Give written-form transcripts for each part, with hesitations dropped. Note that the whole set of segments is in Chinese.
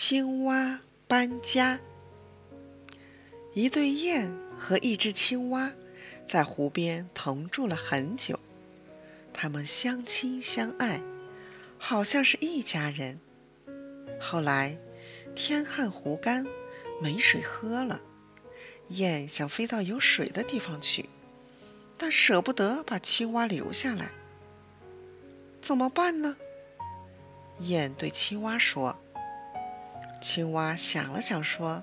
青蛙搬家。一对雁和一只青蛙在湖边同住了很久，它们相亲相爱，好像是一家人。后来天旱湖干，没水喝了，雁想飞到有水的地方去，但舍不得把青蛙留下来。怎么办呢？雁对青蛙说。青蛙想了想说，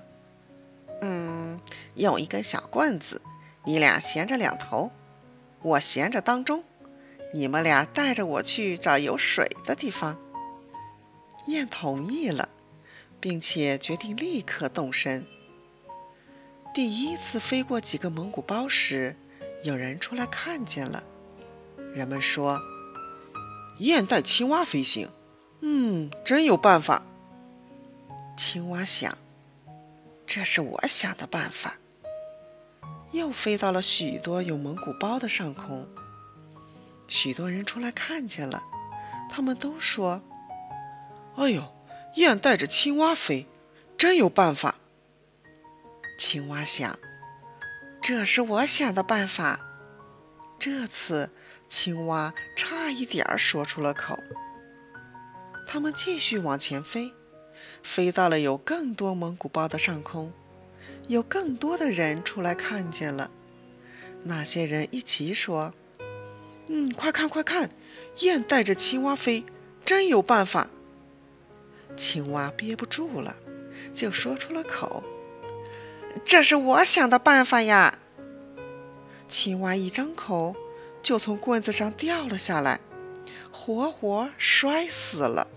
用一根小棍子，你俩衔着两头，我衔着当中，你们俩带着我去找有水的地方。雁同意了，并且决定立刻动身。第一次飞过几个蒙古包时，有人出来看见了。人们说，雁带青蛙飞行，真有办法。青蛙想，这是我想的办法。又飞到了许多有蒙古包的上空，许多人出来看见了，他们都说，哎呦，雁带着青蛙飞，真有办法。青蛙想，这是我想的办法。这次青蛙差一点说出了口。他们继续往前飞，飞到了有更多蒙古包的上空，有更多的人出来看见了。那些人一起说，快看快看，雁带着青蛙飞，真有办法。青蛙憋不住了，就说出了口，这是我想的办法呀。青蛙一张口，就从棍子上掉了下来，活活摔死了。